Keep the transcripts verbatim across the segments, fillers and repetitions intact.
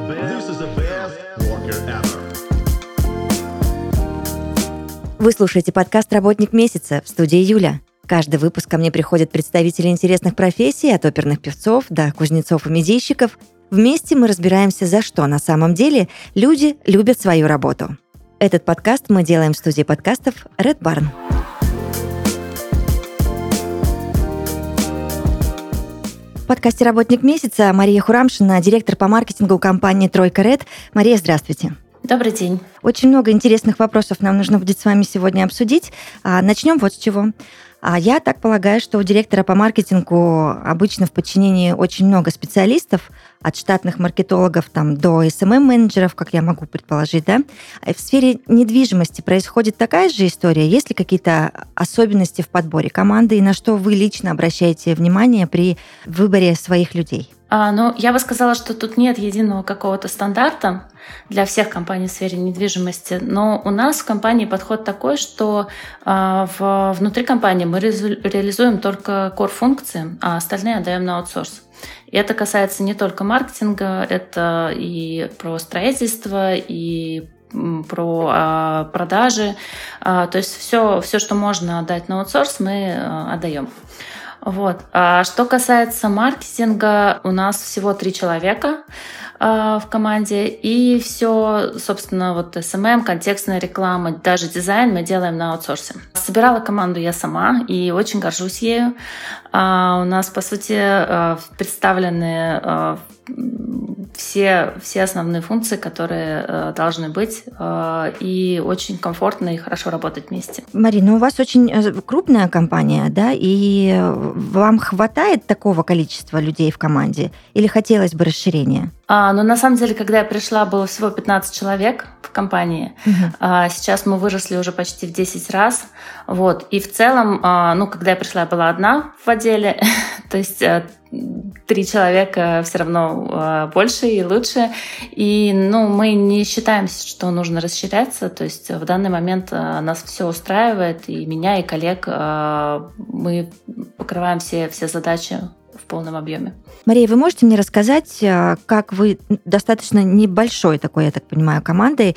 This is the best worker ever. Вы слушаете подкаст «Работник месяца» в студии Юля. Каждый выпуск ко мне приходят представители интересных профессий, от оперных певцов до кузнецов и медийщиков. Вместе мы разбираемся, за что на самом деле люди любят свою работу. Этот подкаст мы делаем в студии подкастов Red Barn. В подкасте «Работник месяца» Мария Хурамшина, директор по маркетингу компании «Тройка Ред». Мария, здравствуйте. Добрый день. Очень много интересных вопросов нам нужно будет с вами сегодня обсудить. Начнем вот с чего. Я так полагаю, что у директора по маркетингу обычно в подчинении очень много специалистов, от штатных маркетологов там, до эс эм эм-менеджеров, как я могу предположить, да? В сфере недвижимости происходит такая же история? Есть ли какие-то особенности в подборе команды, и на что вы лично обращаете внимание при выборе своих людей? А, ну, я бы сказала, что тут нет единого какого-то стандарта для всех компаний в сфере недвижимости, но у нас в компании подход такой, что а, в, внутри компании мы резу, реализуем только core-функции, а остальные отдаем на аутсорс. И это касается не только маркетинга, это и про строительство, и про а, продажи. А, то есть все, все, что можно отдать на аутсорс, мы а, отдаем. Вот. А что касается маркетинга, у нас всего три человека э, в команде, и все, собственно, вот эс эм эм, контекстная реклама, даже дизайн мы делаем на аутсорсе. Собирала команду я сама и очень горжусь ею. А у нас, по сути, э, представлены э, все, все основные функции, которые э, должны быть, э, и очень комфортно и хорошо работать вместе. Марина, ну у вас очень крупная компания, да, и вам хватает такого количества людей в команде или хотелось бы расширения? А, ну, на самом деле, когда я пришла, было всего пятнадцать человек в компании. Uh-huh. А, сейчас мы выросли уже почти в десять раз. Вот. И в целом, а, ну, когда я пришла, я была одна в отделе. То есть три человека все равно а, больше и лучше. И, ну, мы не считаем, что нужно расширяться. То есть в данный момент а, нас все устраивает. И меня, и коллег. А, мы покрываем все, все задачи в полном объеме. Мария, вы можете мне рассказать, как вы достаточно небольшой такой, я так понимаю, командой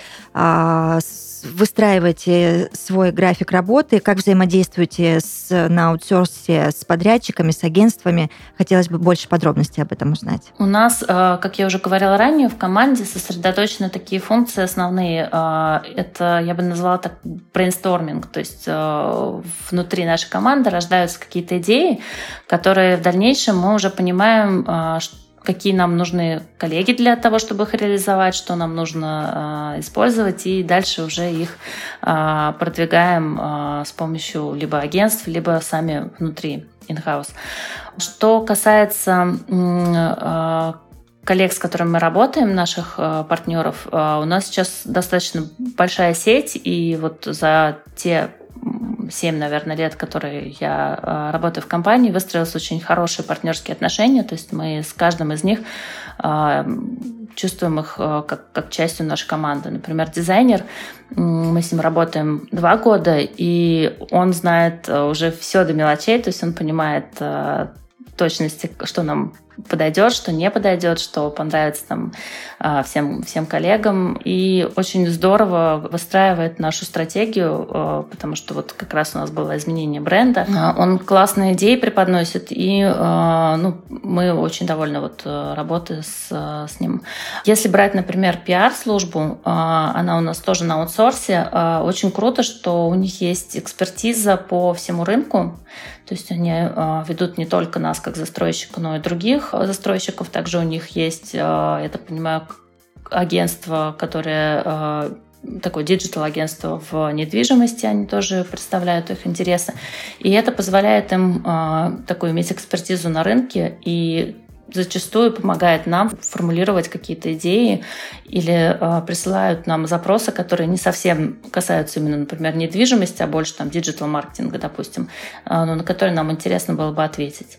выстраиваете свой график работы, как взаимодействуете с, на аутсорсе с подрядчиками, с агентствами? Хотелось бы больше подробностей об этом узнать. У нас, как я уже говорила ранее, в команде сосредоточены такие функции основные. Это, я бы назвала так, брейнсторминг. То есть внутри нашей команды рождаются какие-то идеи, которые в дальнейшем мы уже понимаем, какие нам нужны коллеги для того, чтобы их реализовать, что нам нужно э, использовать, и дальше уже их э, продвигаем э, с помощью либо агентств, либо сами внутри in-house. Что касается э, коллег, с которыми мы работаем, наших э, партнеров, э, у нас сейчас достаточно большая сеть, и вот за те семь, наверное, лет, которые я э, работаю в компании, выстроились очень хорошие партнерские отношения. То есть мы с каждым из них э, чувствуем их э, как, как частью нашей команды. Например, дизайнер, э, мы с ним работаем два года, и он знает э, уже все до мелочей, то есть он понимает э, в точности, что нам подойдет, что не подойдет, что понравится там всем, всем коллегам. И очень здорово выстраивает нашу стратегию, потому что вот как раз у нас было изменение бренда. Он классные идеи преподносит, и ну, мы очень довольны вот работой с, с ним. Если брать, например, пиар-службу, она у нас тоже на аутсорсе. Очень круто, что у них есть экспертиза по всему рынку. То есть они ведут не только нас как застройщика, но и других застройщиков. Также у них есть, я так понимаю, агентство, которое такое диджитал-агентство в недвижимости, они тоже представляют их интересы. И это позволяет им такую иметь экспертизу на рынке и зачастую помогает нам формулировать какие-то идеи или э, присылают нам запросы, которые не совсем касаются именно, например, недвижимости, а больше там диджитал-маркетинга, допустим, э, но на которые нам интересно было бы ответить.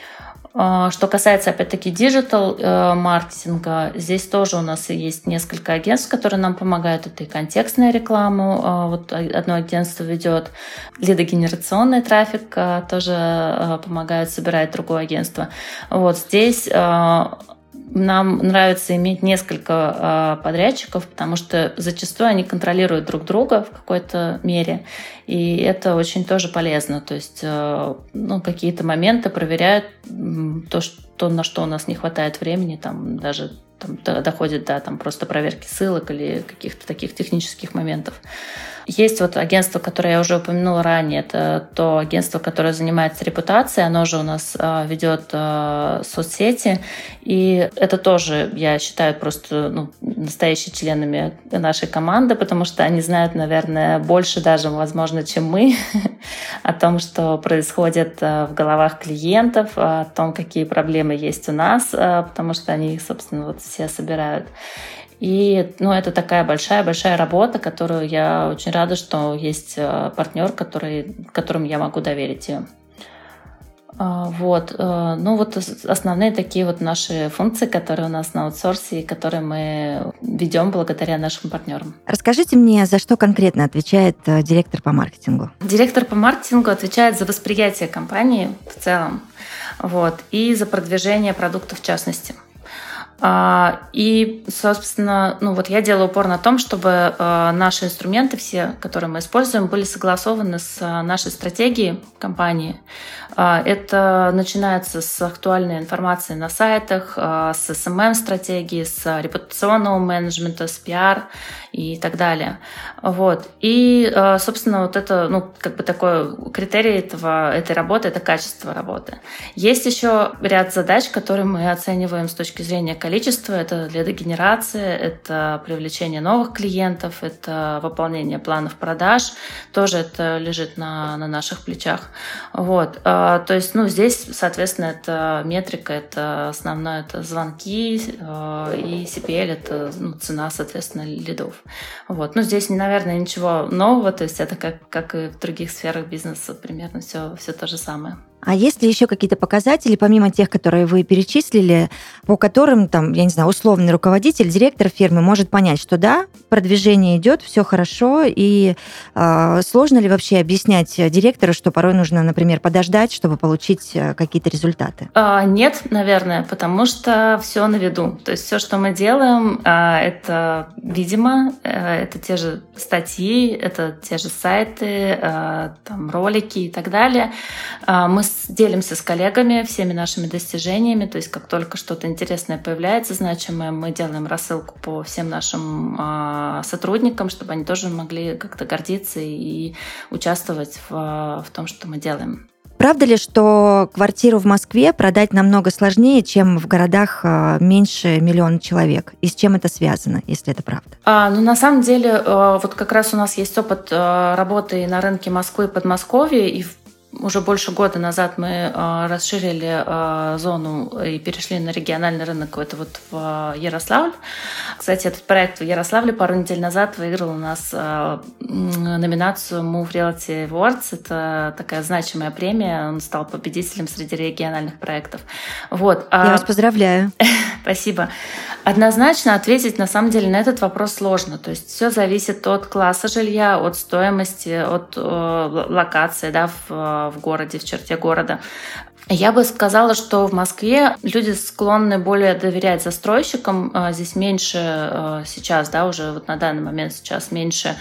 Что касается, опять-таки, диджитал-маркетинга, здесь тоже у нас есть несколько агентств, которые нам помогают. Это и контекстная реклама, вот одно агентство ведет, лидогенерационный трафик тоже помогает собирать другое агентство. Вот здесь нам нравится иметь несколько э, подрядчиков, потому что зачастую они контролируют друг друга в какой-то мере, и это очень тоже полезно. То есть э, ну, какие-то моменты проверяют то, что, на что у нас не хватает времени, там даже там, доходит до там, просто проверки ссылок или каких-то таких технических моментов. Есть вот агентство, которое я уже упомянула ранее, это то агентство, которое занимается репутацией, оно же у нас э, ведет э, соцсети, и это тоже, я считаю, просто ну, настоящими членами нашей команды, потому что они знают, наверное, больше даже, возможно, чем мы о том, что происходит в головах клиентов, о том, какие проблемы есть у нас, потому что они их, собственно, вот все собирают. И ну, это такая большая-большая работа, которую я очень рада, что есть партнер, который, которому я могу доверить ее. Вот. Ну вот основные такие вот наши функции, которые у нас на аутсорсе и которые мы ведем благодаря нашим партнерам. Расскажите мне, за что конкретно отвечает директор по маркетингу? Директор по маркетингу отвечает за восприятие компании в целом, вот, и за продвижение продукта в частности. И, собственно, ну вот я делаю упор на том, чтобы наши инструменты, все, которые мы используем, были согласованы с нашей стратегией компании. Это начинается с актуальной информации на сайтах, с эс эм эм-стратегии, с репутационного менеджмента, с пиар и так далее. Вот. И, собственно, вот это, ну, как бы такой критерий этого, этой работы — это качество работы. Есть еще ряд задач, которые мы оцениваем с точки зрения количества. Это лидогенерация, это привлечение новых клиентов, это выполнение планов продаж. Тоже это лежит на, на наших плечах. Вот. То есть, ну, здесь, соответственно, это метрика, это основное, это звонки, и си пи эл — это ну, цена, соответственно, лидов. Вот. Ну, здесь, наверное, ничего нового, то есть это как, как и в других сферах бизнеса, примерно все, все то же самое. А есть ли еще какие-то показатели, помимо тех, которые вы перечислили, по которым, там, я не знаю, условный руководитель, директор фирмы может понять, что да, продвижение идет, все хорошо, и э, сложно ли вообще объяснять директору, что порой нужно, например, подождать, чтобы получить какие-то результаты? А, нет, наверное, потому что все на виду. То есть все, что мы делаем, это видимо, это те же статьи, это те же сайты, там, ролики и так далее. Мы делимся с коллегами всеми нашими достижениями, то есть как только что-то интересное появляется, значимое, мы делаем рассылку по всем нашим э, сотрудникам, чтобы они тоже могли как-то гордиться и участвовать в, в том, что мы делаем. Правда ли, что квартиру в Москве продать намного сложнее, чем в городах меньше миллиона человек? И с чем это связано, если это правда? А, ну, на самом деле, вот как раз у нас есть опыт работы на рынке Москвы и Подмосковья, и в уже больше года назад мы э, расширили э, зону и перешли на региональный рынок, это вот в Ярославль. Кстати, этот проект в Ярославле пару недель назад выиграл у нас э, номинацию Move Realty Awards. Это такая значимая премия. Он стал победителем среди региональных проектов. Вот. Я вас поздравляю. Спасибо. Однозначно ответить на самом деле на этот вопрос сложно. То есть все зависит от класса жилья, от стоимости, от э, локации, да, в в городе, в черте города. Я бы сказала, что в Москве люди склонны более доверять застройщикам. Здесь меньше сейчас, да, уже вот на данный момент сейчас меньше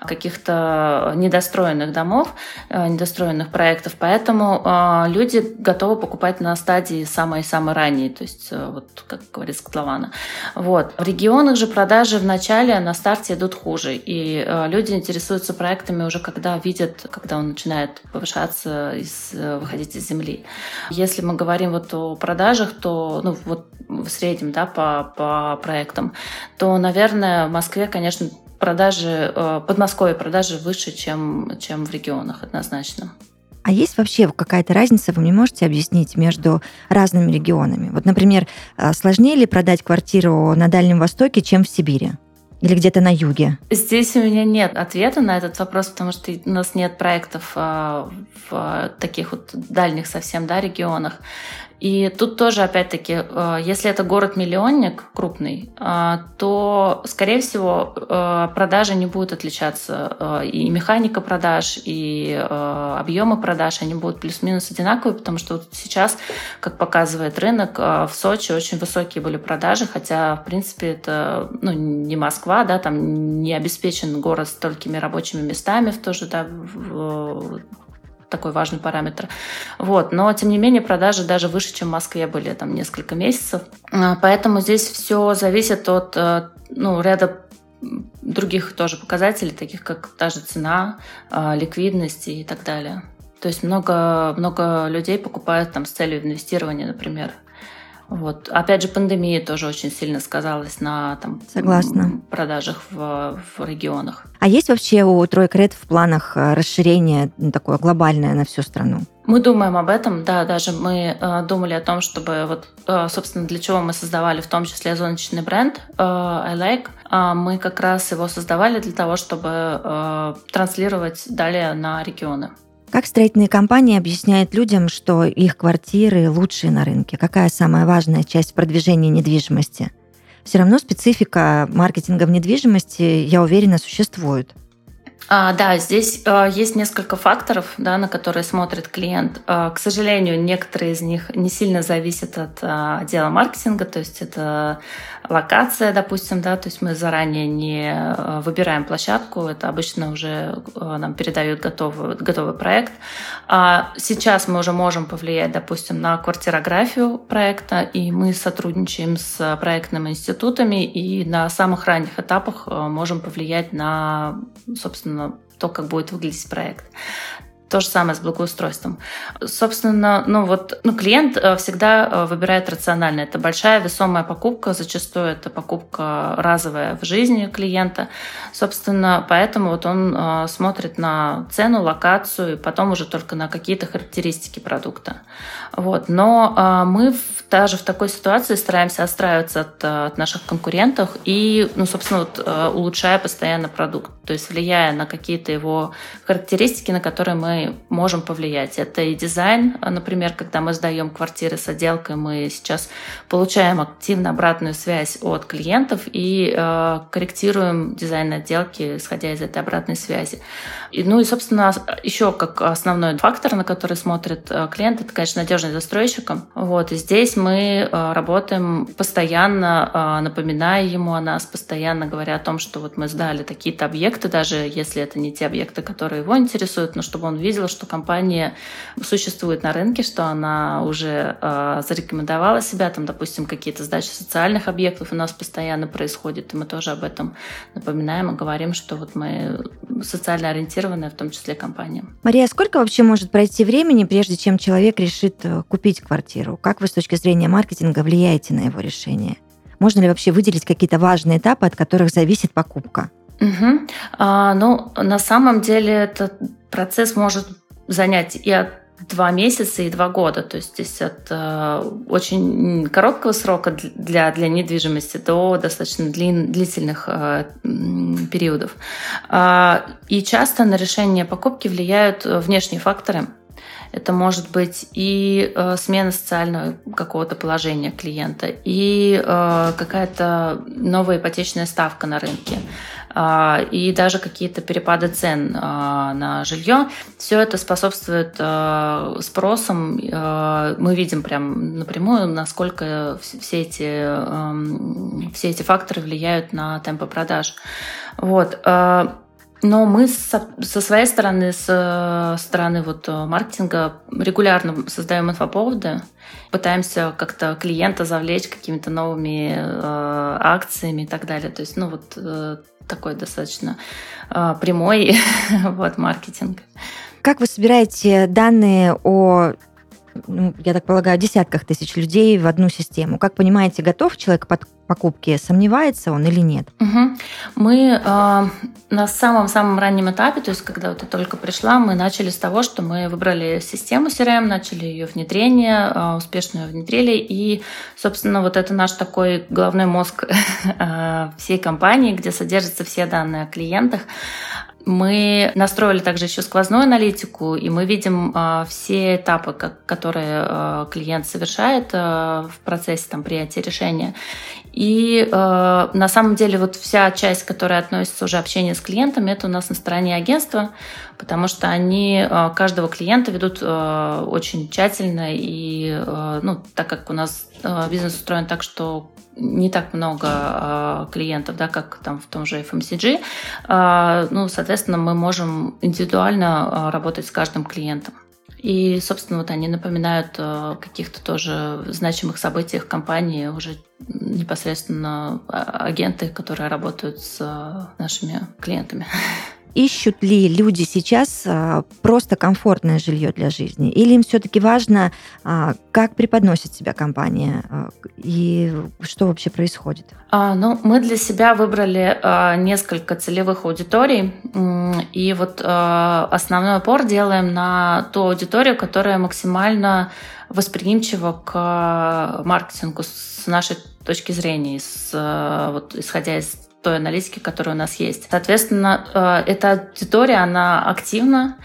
каких-то недостроенных домов, недостроенных проектов, поэтому люди готовы покупать на стадии самой-самой ранней, то есть вот, как говорит котлована. Вот. В регионах же продажи в начале, на старте идут хуже, и люди интересуются проектами уже когда видят, когда он начинает повышаться, из, выходить из земли. Если мы говорим вот о продажах, то ну, вот в среднем, да, по, по проектам, то, наверное, в Москве, конечно, продажи, в Подмосковье продажи выше, чем, чем в регионах, однозначно. А есть вообще какая-то разница, вы мне можете объяснить, между разными регионами? Вот, например, сложнее ли продать квартиру на Дальнем Востоке, чем в Сибири? Или где-то на юге? Здесь у меня нет ответа на этот вопрос, потому что у нас нет проектов в таких вот дальних совсем, да, регионах. И тут тоже, опять-таки, если это город-миллионник крупный, то, скорее всего, продажи не будут отличаться. И механика продаж, и объемы продаж, они будут плюс-минус одинаковые, потому что вот сейчас, как показывает рынок, в Сочи очень высокие были продажи, хотя, в принципе, это ну, не Москва, да, там не обеспечен город столькими рабочими местами в тоже, да, в, такой важный параметр. Вот. Но, тем не менее, продажи даже выше, чем в Москве были там несколько месяцев. Поэтому здесь все зависит от ну, ряда других тоже показателей, таких как та же цена, ликвидность и так далее. То есть много, много людей покупают там с целью инвестирования, например. Вот. Опять же, пандемия тоже очень сильно сказалась на там, Согласна. продажах в, в регионах. А есть вообще у Тройкред в планах расширение ну, такое глобальное на всю страну? Мы думаем об этом, да, даже мы э, думали о том, чтобы, вот, э, собственно, для чего мы создавали в том числе зоночный бренд э, I Like. Э, мы как раз его создавали для того, чтобы э, транслировать далее на регионы. Как строительные компании объясняют людям, что их квартиры лучшие на рынке? Какая самая важная часть продвижения недвижимости? Все равно специфика маркетинга в недвижимости, я уверена, существует. А, да, здесь а, есть несколько факторов, да, на которые смотрит клиент. А, к сожалению, некоторые из них не сильно зависят от а, отдела маркетинга, то есть это локация, допустим, да, то есть мы заранее не выбираем площадку, это обычно уже нам передают готовый, готовый проект. А сейчас мы уже можем повлиять, допустим, на квартирографию проекта, и мы сотрудничаем с проектными институтами и на самых ранних этапах можем повлиять на, собственно, то, как будет выглядеть проект. То же самое с благоустройством. Собственно, ну вот, ну, клиент всегда выбирает рационально. Это большая весомая покупка, зачастую это покупка разовая в жизни клиента. Собственно, поэтому вот он смотрит на цену, локацию и потом уже только на какие-то характеристики продукта. Вот. Но мы даже в такой ситуации стараемся отстраиваться от, от наших конкурентов и, ну, собственно, вот, улучшая постоянно продукт, то есть влияя на какие-то его характеристики, на которые мы можем повлиять. Это и дизайн, например, когда мы сдаем квартиры с отделкой, мы сейчас получаем активно обратную связь от клиентов и э, корректируем дизайн отделки, исходя из этой обратной связи. И, ну и, собственно, еще как основной фактор, на который смотрит клиент, это, конечно, надежность застройщика. Вот. И здесь мы э, работаем постоянно, э, напоминая ему о нас, постоянно говоря о том, что вот мы сдали такие-то объекты, даже если это не те объекты, которые его интересуют, но чтобы он видел, что компания существует на рынке, что она уже э, зарекомендовала себя, там, допустим, какие-то сдачи социальных объектов у нас постоянно происходит, и мы тоже об этом напоминаем и говорим, что вот мы социально ориентированная, в том числе, компания. Мария, сколько вообще может пройти времени, прежде чем человек решит купить квартиру? Как вы с точки зрения маркетинга влияете на его решение? Можно ли вообще выделить какие-то важные этапы, от которых зависит покупка? Угу. А, ну, на самом деле этот процесс может занять и от два месяца, и два года. То есть здесь от э, очень короткого срока для, для недвижимости до достаточно длин, длительных э, периодов. А, и часто на решение покупки влияют внешние факторы. Это может быть и э, смена социального какого-то положения клиента, и э, какая-то новая ипотечная ставка на рынке, э, и даже какие-то перепады цен э, на жилье. Все это способствует э, спросам. Э, мы видим прям напрямую, насколько все эти, э, все эти факторы влияют на темпы продаж. Вот. Э, Но мы со, со своей стороны, с стороны вот маркетинга регулярно создаем инфоповоды, пытаемся как-то клиента завлечь какими-то новыми э, акциями и так далее. То есть, ну вот э, такой достаточно э, прямой вот, маркетинг. Как вы собираете данные о, ну, я так полагаю, десятках тысяч людей в одну систему? Как понимаете, готов человек к покупке, сомневается он или нет? Угу. Мы э, на самом-самом раннем этапе, то есть когда вот я только пришла, мы начали с того, что мы выбрали систему си эр эм, начали ее внедрение, э, успешно ее внедрили, и, собственно, вот это наш такой головной мозг всей компании, где содержатся все данные о клиентах. Мы настроили также еще сквозную аналитику, и мы видим э, все этапы, как, которые э, клиент совершает э, в процессе там, принятия решения. И э, на самом деле вот вся часть, которая относится уже к общению с клиентами, это у нас на стороне агентства, потому что они э, каждого клиента ведут э, очень тщательно, и э, ну, так как у нас э, бизнес устроен так, что не так много э, клиентов, да, как там в том же эф эм си джи, э, ну, соответственно, мы можем индивидуально э, работать с каждым клиентом. И, собственно, вот они напоминают о каких-то тоже значимых событиях компании уже непосредственно агенты, которые работают с нашими клиентами. Ищут ли люди сейчас просто комфортное жилье для жизни? Или им все-таки важно, как преподносит себя компания и что вообще происходит? А, ну, мы для себя выбрали а, несколько целевых аудиторий. И вот а, основной упор делаем на ту аудиторию, которая максимально восприимчива к маркетингу с нашей точки зрения, с, вот, исходя из той аналитики, которая у нас есть. Соответственно, эта аудитория, она активна,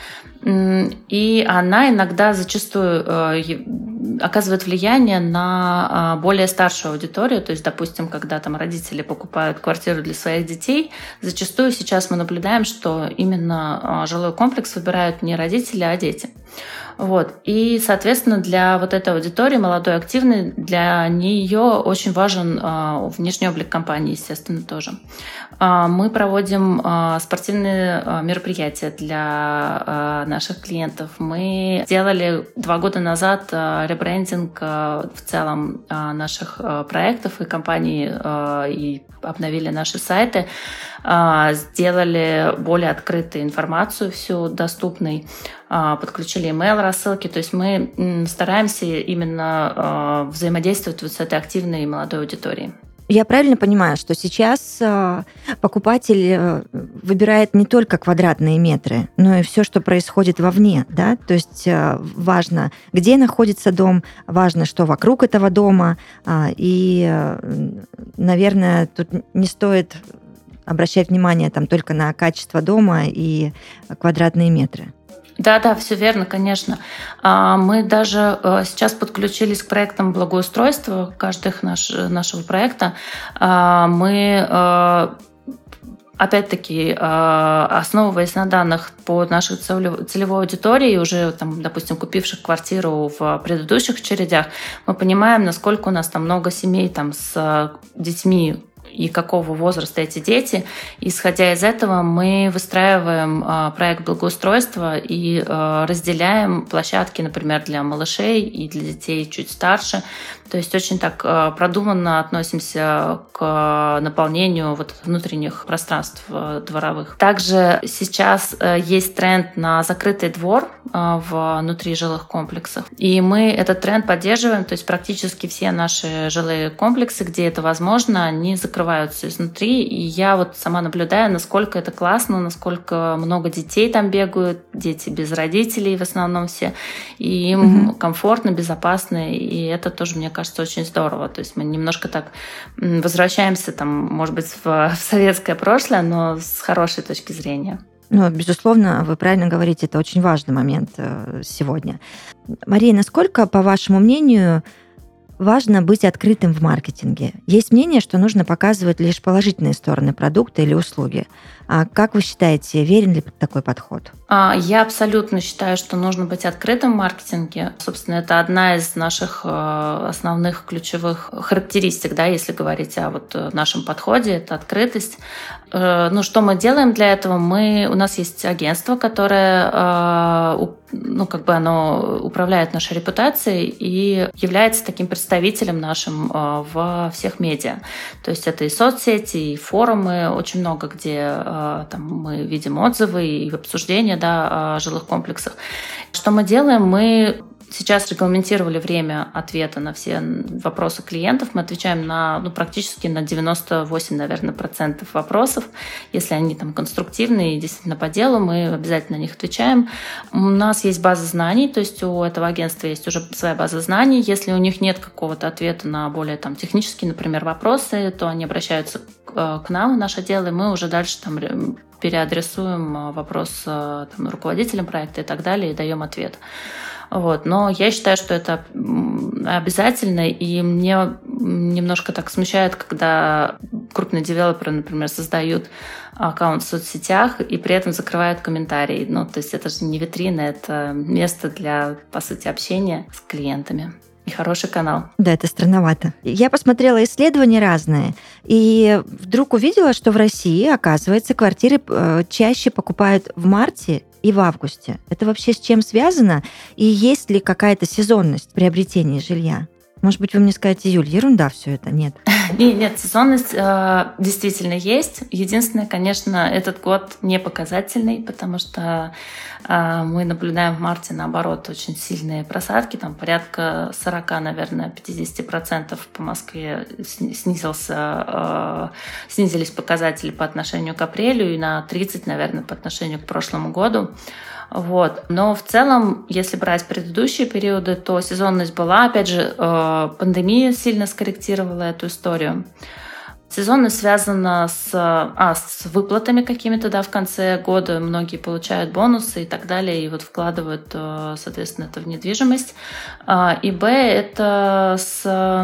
и она иногда зачастую оказывает влияние на более старшую аудиторию. То есть, допустим, когда там родители покупают квартиру для своих детей, зачастую сейчас мы наблюдаем, что именно жилой комплекс выбирают не родители, а дети. Вот. И, соответственно, для вот этой аудитории, молодой, активной, для нее очень важен э, внешний облик компании, естественно, тоже. Э, мы проводим э, спортивные э, мероприятия для э, наших клиентов. Мы сделали два года назад э, ребрендинг э, в целом э, наших э, проектов и компаний э, и обновили наши сайты, э, сделали более открытую информацию, всю доступной, подключили email рассылки, то есть мы стараемся именно взаимодействовать вот с этой активной молодой аудиторией. Я правильно понимаю, что сейчас покупатель выбирает не только квадратные метры, но и все, что происходит вовне, да? То есть важно, где находится дом, важно, что вокруг этого дома, и, наверное, тут не стоит обращать внимание там только на качество дома и квадратные метры. Да, да, все верно, конечно. Мы даже сейчас подключились к проектам благоустройства каждого наш, нашего проекта. Мы опять-таки, основываясь на данных по нашей целевой аудитории, уже, там, допустим, купивших квартиру в предыдущих очередях, мы понимаем, насколько у нас там много семей там, с детьми и какого возраста эти дети. Исходя из этого, мы выстраиваем э, проект благоустройства и э, разделяем площадки, например, для малышей и для детей чуть старше. То есть очень так э, продуманно относимся к наполнению вот внутренних пространств э, дворовых. Также сейчас э, есть тренд на закрытый двор э, внутри жилых комплексов. И мы этот тренд поддерживаем. То есть практически все наши жилые комплексы, где это возможно, они закрываются изнутри. И я вот сама наблюдаю, насколько это классно, насколько много детей там бегают, дети без родителей в основном все. И им mm-hmm. комфортно, безопасно. И это тоже, мне кажется, очень здорово. То есть мы немножко так возвращаемся, там, может быть, в, в советское прошлое, но с хорошей точки зрения. Ну, безусловно, вы правильно говорите, это очень важный момент сегодня. Мария, насколько, по вашему мнению, важно быть открытым в маркетинге? Есть мнение, что нужно показывать лишь положительные стороны продукта или услуги. А как вы считаете, верен ли такой подход? Я абсолютно считаю, что нужно быть открытым в маркетинге. Собственно, это одна из наших основных ключевых характеристик, да, если говорить о вот нашем подходе, это открытость. Ну, что мы делаем для этого? Мы, у нас есть агентство, которое, ну, как бы оно управляет нашей репутацией и является таким представителем нашим во всех медиа. То есть это и соцсети, и форумы, очень много где там мы видим отзывы и обсуждения, да, о жилых комплексах. Что мы делаем? Мы сейчас регламентировали время ответа на все вопросы клиентов. Мы отвечаем на, ну, практически на девяносто восемь, наверное, процентов вопросов. Если они там конструктивные и действительно по делу, мы обязательно на них отвечаем. У нас есть база знаний, то есть у этого агентства есть уже своя база знаний. Если у них нет какого-то ответа на более там технические, например, вопросы, то они обращаются к, к нам, в наш отдел, и мы уже дальше там переадресуем вопрос там, руководителям проекта и так далее, и даем ответ. Вот. Но я считаю, что это обязательно, и мне немножко так смущает, когда крупные девелоперы, например, создают аккаунт в соцсетях и при этом закрывают комментарии. Ну, то есть это же не витрина, это место для, по сути, общения с клиентами. И хороший канал. Да, это странновато. Я посмотрела исследования разные, и вдруг увидела, что в России, оказывается, квартиры чаще покупают в марте и в августе. Это вообще с чем связано? И есть ли какая-то сезонность приобретения жилья? Может быть, вы мне скажете, Юль, ерунда все это? Нет. Нет, нет, сезонность э, действительно есть. Единственное, конечно, этот год не показательный, потому что э, мы наблюдаем в марте, наоборот, очень сильные просадки. Там порядка сорок, наверное, пятьдесят процентов по Москве снизился, э, снизились показатели по отношению к апрелю и на тридцать, наверное, по отношению к прошлому году. Вот. Но в целом, если брать предыдущие периоды, то сезонность была. Опять же, пандемия сильно скорректировала эту историю. Сезонность связана с, а, с выплатами какими-то, да, в конце года. Многие получают бонусы и так далее, и вот вкладывают, соответственно, это в недвижимость. И Б, это с,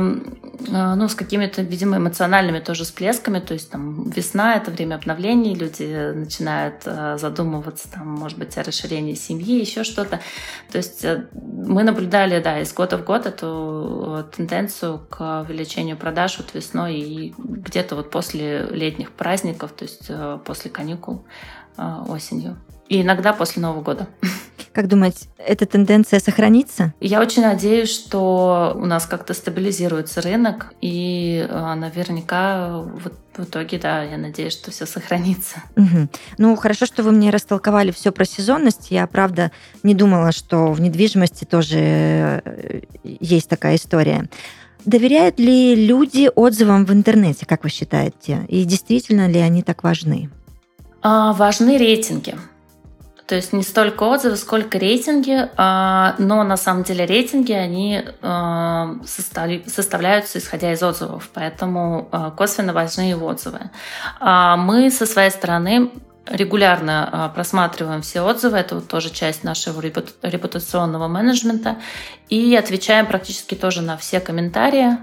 ну, с какими-то, видимо, эмоциональными тоже всплесками. То есть там весна — это время обновлений, люди начинают задумываться, там, может быть, о расширении семьи, еще что-то. То есть мы наблюдали, да, из года в год эту тенденцию к увеличению продаж вот весной и где-то вот после летних праздников, то есть после каникул осенью. И иногда после Нового года. Как думаете, эта тенденция сохранится? Я очень надеюсь, что у нас как-то стабилизируется рынок, и наверняка вот в итоге, да, я надеюсь, что все сохранится. Угу. Ну, хорошо, что вы мне растолковали все про сезонность. Я, правда, не думала, что в недвижимости тоже есть такая история. Доверяют ли люди отзывам в интернете, как вы считаете? И действительно ли они так важны? А, важны рейтинги. То есть не столько отзывы, сколько рейтинги, а, но на самом деле рейтинги, они а, состав, составляются исходя из отзывов, поэтому а, косвенно важны и отзывы. А мы со своей стороны регулярно просматриваем все отзывы, это вот тоже часть нашего репутационного менеджмента, и отвечаем практически тоже на все комментарии.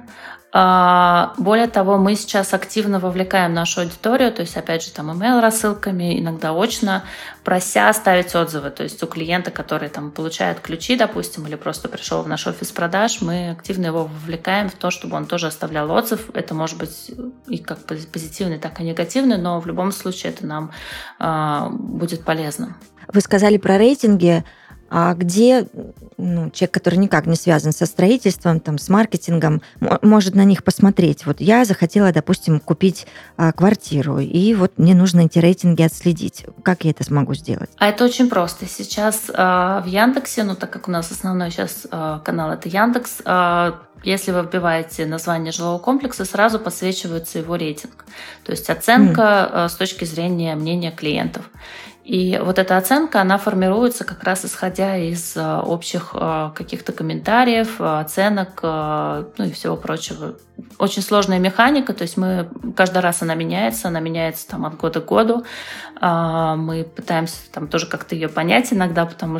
Более того, мы сейчас активно вовлекаем нашу аудиторию, то есть, опять же, там, email-рассылками, иногда очно, прося оставить отзывы. То есть у клиента, который там получает ключи, допустим, или просто пришел в наш офис продаж, мы активно его вовлекаем в то, чтобы он тоже оставлял отзыв. Это может быть и как позитивный, так и негативный, но в любом случае это нам э, будет полезно. Вы сказали про рейтинги. А где, ну, человек, который никак не связан со строительством, там, с маркетингом, может на них посмотреть? Вот я захотела, допустим, купить а, квартиру, и вот мне нужно эти рейтинги отследить. Как я это смогу сделать? А это очень просто. Сейчас а, в Яндексе, ну, так как у нас основной сейчас а, канал это Яндекс, а, если вы вбиваете название жилого комплекса, сразу подсвечивается его рейтинг. То есть оценка mm. с точки зрения мнения клиентов. И вот эта оценка, она формируется как раз исходя из общих каких-то комментариев, оценок, ну и всего прочего. Очень сложная механика, то есть мы каждый раз она меняется, она меняется там от года к году. Мы пытаемся там тоже как-то ее понять иногда, потому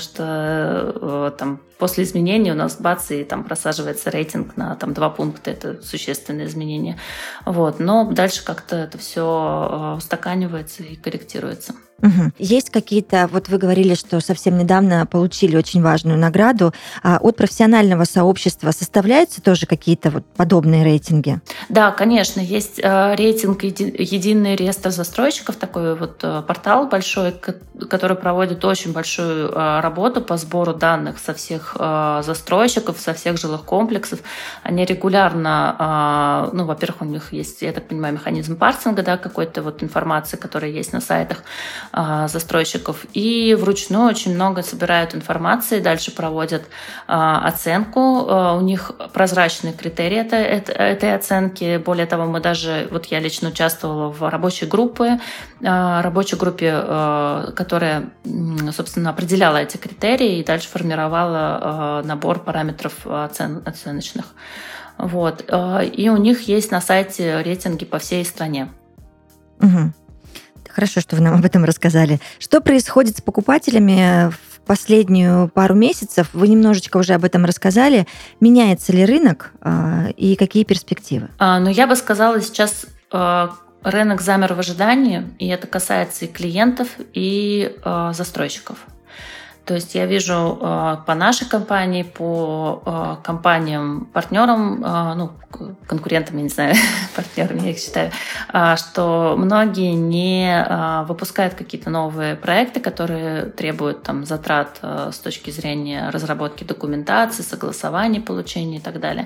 что там после изменений у нас бац, и там просаживается рейтинг на там два пункта, это существенные изменения. Вот. Но дальше как-то это все устаканивается и корректируется. Угу. Есть какие-то, вот вы говорили, что совсем недавно получили очень важную награду. А от профессионального сообщества составляются тоже какие-то вот подобные рейтинги? Да, конечно. Есть рейтинг «Единый реестр застройщиков», такой вот портал большой, который проводит очень большую работу по сбору данных со всех всех э, застройщиков, со всех жилых комплексов. Они регулярно, э, ну, во-первых, у них есть, я так понимаю, механизм парсинга, да, какой-то вот информации, которая есть на сайтах э, застройщиков, и вручную очень много собирают информации, дальше проводят э, оценку. Э, у них прозрачные критерии это, это, этой оценки. Более того, мы даже, вот я лично участвовала в рабочей группе, э, рабочей группе, э, которая, собственно, определяла эти критерии и дальше формировала э, набор параметров оцен, оценочных. Вот. Э, и у них есть на сайте рейтинги по всей стране. Угу. Хорошо, что вы нам об этом рассказали. Что происходит с покупателями в последнюю пару месяцев? Вы немножечко уже об этом рассказали. Меняется ли рынок э, и какие перспективы? А, ну, я бы сказала, сейчас э, рынок замер в ожидании, и это касается и клиентов, и э, застройщиков. То есть я вижу э, по нашей компании, по э, компаниям, партнерам, э, ну, конкурентам, я не знаю, партнерам, я их считаю, э, что многие не э, выпускают какие-то новые проекты, которые требуют там, затрат э, с точки зрения разработки документации, согласования, получения и так далее.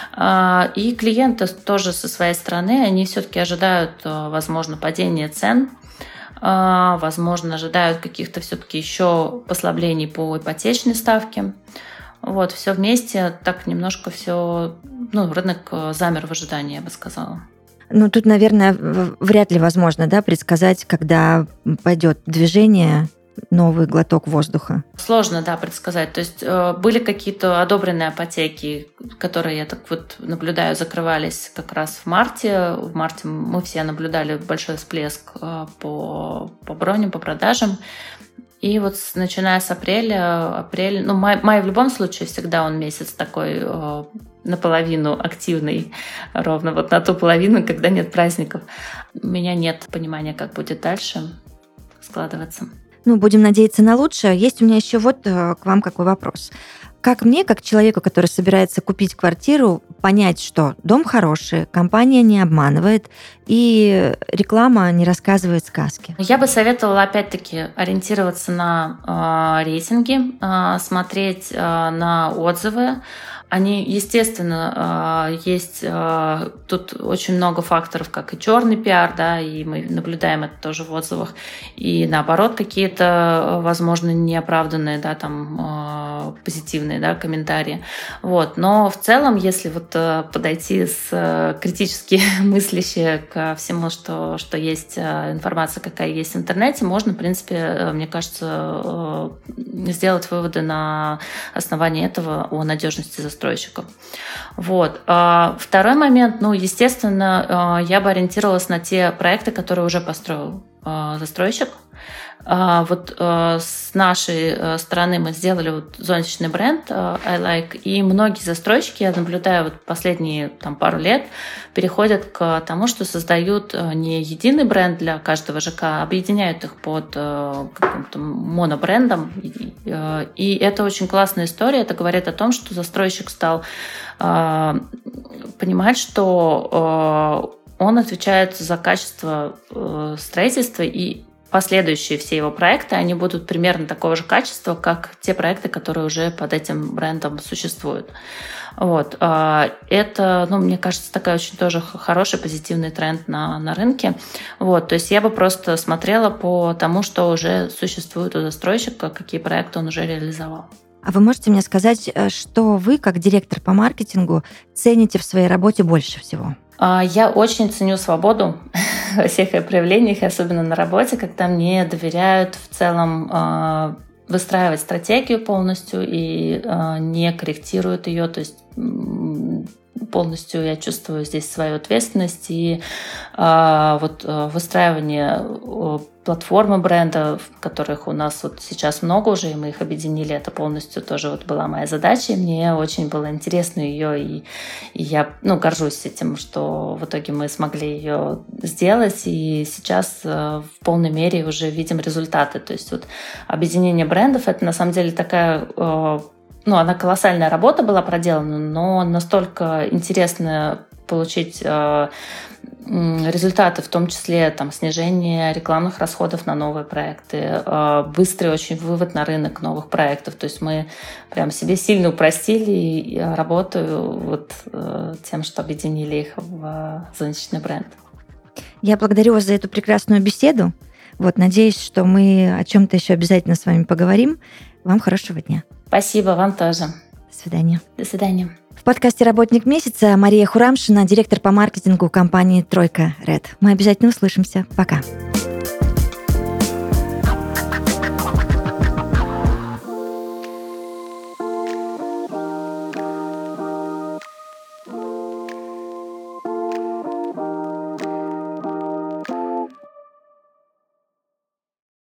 Э, и клиенты тоже со своей стороны, они все-таки ожидают, э, возможно, падения цен, возможно, ожидают каких-то все-таки еще послаблений по ипотечной ставке. Вот, все вместе, так немножко все, ну, рынок замер в ожидании, я бы сказала. Ну, тут, наверное, вряд ли возможно, да, предсказать, когда пойдет движение, новый глоток воздуха. Сложно, да, предсказать. То есть э, были какие-то одобренные ипотеки, которые, я так вот наблюдаю, закрывались как раз в марте. В марте мы все наблюдали большой всплеск э, по, по броням, по продажам. И вот с, начиная с апреля, апрель, ну, май, май в любом случае всегда он месяц такой э, наполовину активный, ровно вот на ту половину, когда нет праздников. У меня нет понимания, как будет дальше складываться. Ну, будем надеяться на лучшее. Есть у меня еще вот к вам какой вопрос. Как мне, как человеку, который собирается купить квартиру, понять, что дом хороший, компания не обманывает и реклама не рассказывает сказки? Я бы советовала, опять-таки, ориентироваться на э, рейтинги, э, смотреть э, на отзывы. Они, естественно, есть тут очень много факторов, как и черный пиар, да, и мы наблюдаем это тоже в отзывах, и наоборот какие-то, возможно, неоправданные, да, там позитивные, да, комментарии. Вот. Но в целом, если вот подойти с критически мысляще ко всему, что, что есть информация, какая есть в интернете, можно, в принципе, мне кажется, сделать выводы на основании этого о надежности застройки. застройщиков. Вот. Второй момент, ну, естественно, я бы ориентировалась на те проекты, которые уже построил застройщик. Вот с нашей стороны мы сделали вот зонтичный бренд I Like, и многие застройщики, я наблюдаю вот последние там, пару лет, переходят к тому, что создают не единый бренд для каждого ЖК, а объединяют их под каким-то монобрендом. И это очень классная история. Это говорит о том, что застройщик стал понимать, что он отвечает за качество строительства, и последующие все его проекты, они будут примерно такого же качества, как те проекты, которые уже под этим брендом существуют. Вот. Это, ну, мне кажется, такой очень тоже хороший, позитивный тренд на, на рынке. Вот. То есть я бы просто смотрела по тому, что уже существует у застройщика, какие проекты он уже реализовал. А вы можете мне сказать, что вы, как директор по маркетингу, цените в своей работе больше всего? Я очень ценю свободу во всех ее проявлениях, особенно на работе, когда мне доверяют в целом выстраивать стратегию полностью и не корректируют ее, то есть полностью я чувствую здесь свою ответственность и э, вот выстраивание платформы бренда, которых у нас вот сейчас много уже, и мы их объединили, это полностью тоже вот была моя задача, и мне очень было интересно ее, и, и я, ну, горжусь этим, что в итоге мы смогли ее сделать, и сейчас э, в полной мере уже видим результаты. То есть вот объединение брендов — это на самом деле такая... Э, Ну, она колоссальная работа была проделана, но настолько интересно получить э, результаты, в том числе там, снижение рекламных расходов на новые проекты, быстрый очень вывод на рынок новых проектов. То есть мы прям себе сильно упростили, и я работаю вот тем, что объединили их в зонтичный бренд. Я благодарю вас за эту прекрасную беседу. Вот, надеюсь, что мы о чем-то еще обязательно с вами поговорим. Вам хорошего дня. Спасибо, вам тоже. До свидания. До свидания. В подкасте «Работник месяца» Мария Хурамшина, директор по маркетингу компании «Тройка Ред». Мы обязательно услышимся. Пока.